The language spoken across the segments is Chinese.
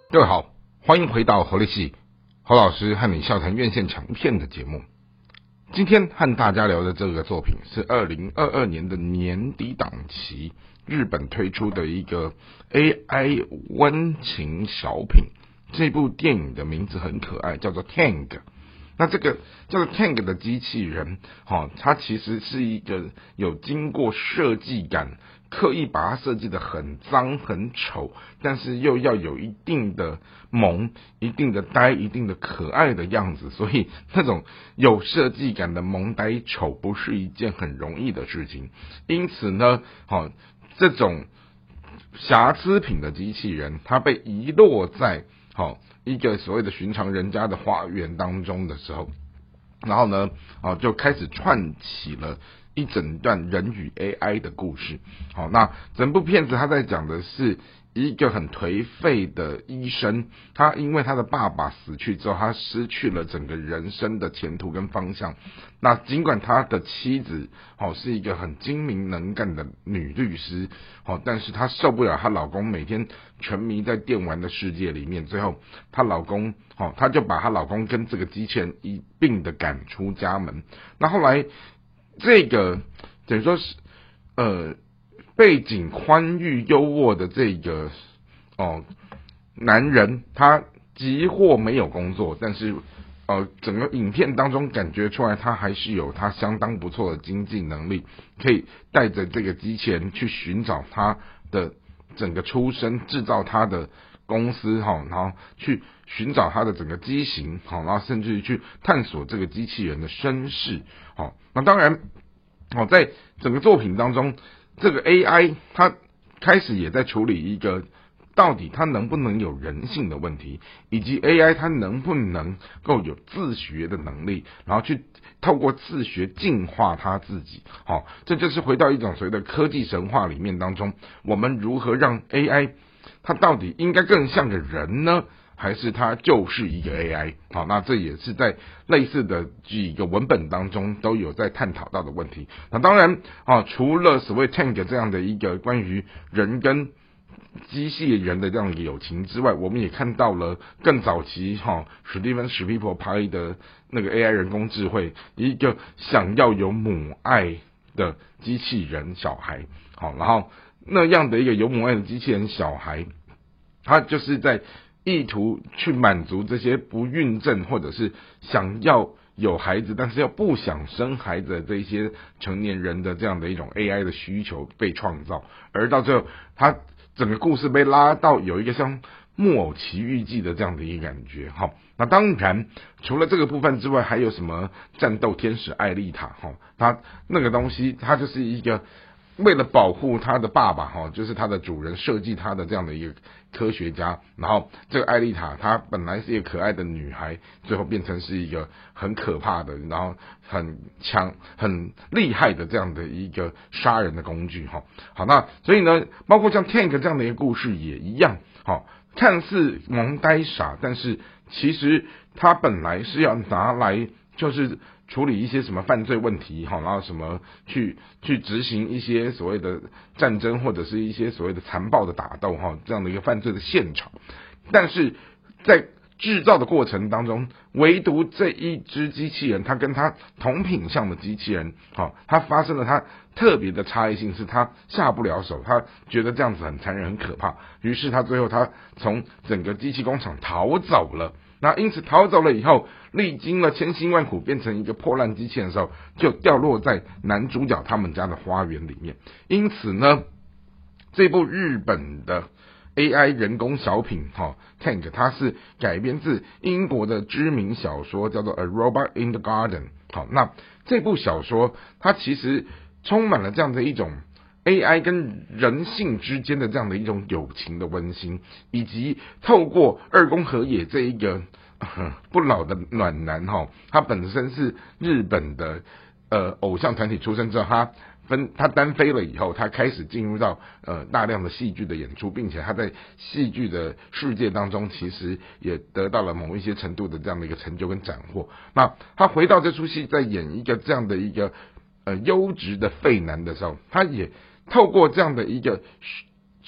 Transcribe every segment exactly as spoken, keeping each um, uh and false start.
各位好，欢迎回到侯立系侯老师和你笑谈院线强片的节目。今天和大家聊的这个作品是二零二二年的年底档期，日本推出的一个 A I 温情小品。这部电影的名字很可爱，叫做 Tang。那这个叫做 Tang 的机器人，哦，它其实是一个有经过设计感，刻意把它设计得很脏很丑，但是又要有一定的萌、一定的呆、一定的可爱的样子，所以那种有设计感的萌呆丑不是一件很容易的事情。因此呢，哦，这种瑕疵品的机器人，它被遗落在好、哦、一个所谓的寻常人家的花园当中的时候，然后呢，哦，就开始串起了一整段人与 A I 的故事。好、哦，那整部片子他在讲的是一个很颓废的医生，他因为他的爸爸死去之后，他失去了整个人生的前途跟方向。那尽管他的妻子哦是一个很精明能干的女律师，哦，但是她受不了她老公每天沉迷在电玩的世界里面，最后她老公哦，她就把她老公跟这个机器人一并的赶出家门。那后来这个等于说是呃。背景宽裕优渥的这个哦男人，他即或没有工作，但是呃整个影片当中感觉出来他还是有他相当不错的经济能力，可以带着这个机器人去寻找他的整个出身，制造他的公司哈，然后去寻找他的整个机型好，然后甚至于去探索这个机器人的身世好。那当然哦，在整个作品当中，这个 A I 它开始也在处理一个到底它能不能有人性的问题，以及 A I 它能不能够有自学的能力，然后去透过自学进化它自己。好，这就是回到一种所谓的科技神话里面当中，我们如何让 A I 它到底应该更像个人呢？还是它就是一个 A I？ 好，那这也是在类似的几个文本当中都有在探讨到的问题。那当然啊，除了所谓 Tang 这样的一个关于人跟机器人的这样一个友情之外，我们也看到了更早期哈史蒂芬史皮伯拍的那个 A I 人工智慧，一个想要有母爱的机器人小孩。好，然后那样的一个有母爱的机器人小孩，他就是在意图去满足这些不孕症或者是想要有孩子但是又不想生孩子的这些成年人的这样的一种 A I 的需求被创造，而到最后他整个故事被拉到有一个像木偶奇遇记的这样的一个感觉。好，那当然除了这个部分之外，还有什么战斗天使艾丽塔，他那个东西他就是一个为了保护他的爸爸哈，就是他的主人设计他的这样的一个科学家，然后这个艾丽塔她本来是一个可爱的女孩，最后变成是一个很可怕的，然后很强很厉害的这样的一个杀人的工具哈。好，那所以呢，包括像 Tank 这样的一个故事也一样，好，看似萌呆傻，但是其实它本来是要拿来就是处理一些什么犯罪问题，然后什么去去执行一些所谓的战争或者是一些所谓的残暴的打斗这样的一个犯罪的现场，但是在制造的过程当中，唯独这一只机器人，它跟它同品相的机器人，它发生了它特别的差异性，是它下不了手，它觉得这样子很残忍很可怕，于是它最后它从整个机器工厂逃走了。那因此逃走了以后，历经了千辛万苦变成一个破烂机器人的时候，就掉落在男主角他们家的花园里面。因此呢，这部日本的 A I 人工小品哈 Tank， 它是改编自英国的知名小说叫做 A Robot in the Garden。 好，那这部小说它其实充满了这样的一种A I 跟人性之间的这样的一种友情的温馨，以及透过二宫和也这一个、呃、不老的暖男哈，他本身是日本的呃偶像团体出身之后，他分他单飞了以后，他开始进入到呃大量的戏剧的演出，并且他在戏剧的世界当中其实也得到了某一些程度的这样的一个成就跟斩获。那他回到这出戏在演一个这样的一个呃优质的废男的时候，他也透过这样的一个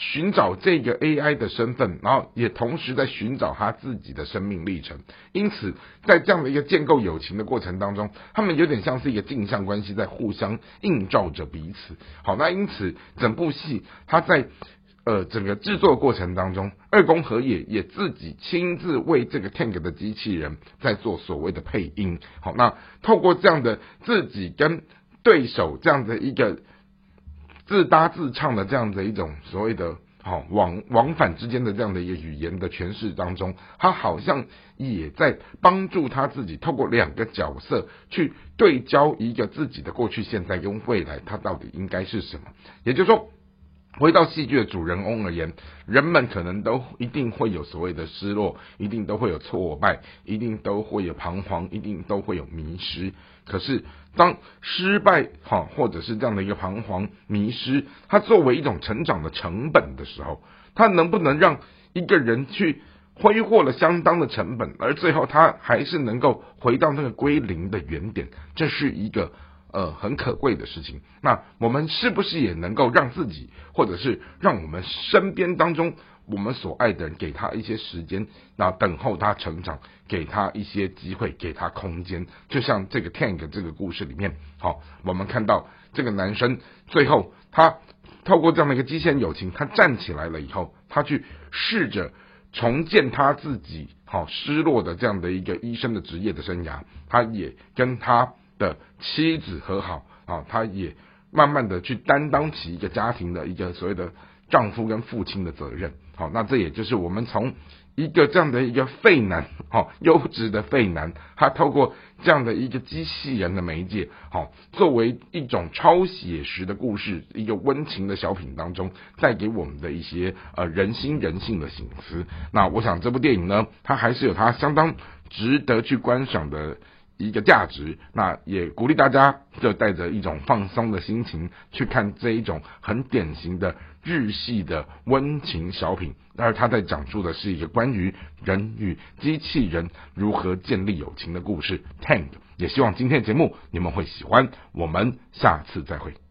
寻找这个 A I 的身份，然后也同时在寻找他自己的生命历程。因此在这样的一个建构友情的过程当中，他们有点像是一个镜像关系，在互相映照着彼此。好，那因此整部戏他在呃整个制作过程当中，二宫和也也自己亲自为这个 Tank 的机器人在做所谓的配音。好，那透过这样的自己跟对手这样的一个自搭自唱的这样的一种所谓的好往往返之间的这样的一个语言的诠释当中，他好像也在帮助他自己透过两个角色去对焦一个自己的过去、现在跟未来，他到底应该是什么。也就是说，回到戏剧的主人翁而言，人们可能都一定会有所谓的失落，一定都会有挫败，一定都会有彷徨，一定都会有迷失。可是当失败哈，或者是这样的一个彷徨迷失，它作为一种成长的成本的时候，它能不能让一个人去挥霍了相当的成本，而最后他还是能够回到那个归零的原点，这是一个呃很可贵的事情。那我们是不是也能够让自己，或者是让我们身边当中我们所爱的人，给他一些时间，那等候他成长，给他一些机会，给他空间。就像这个 Tank 这个故事里面，好，我们看到这个男生最后他透过这样的一个机械人友情，他站起来了以后，他去试着重建他自己好失落的这样的一个医生的职业的生涯，他也跟他的妻子和好啊，他也慢慢的去担当起一个家庭的一个所谓的丈夫跟父亲的责任。好，那这也就是我们从一个这样的一个废男，好优质的废男，他透过这样的一个机器人的媒介，好作为一种超写实的故事，一个温情的小品当中，带给我们的一些呃人心人性的省思。那我想这部电影呢，它还是有它相当值得去观赏的一个价值，那也鼓励大家就带着一种放松的心情去看这一种很典型的日系的温情小品，而它在讲述的是一个关于人与机器人如何建立友情的故事。Tank， 也希望今天的节目你们会喜欢，我们下次再会。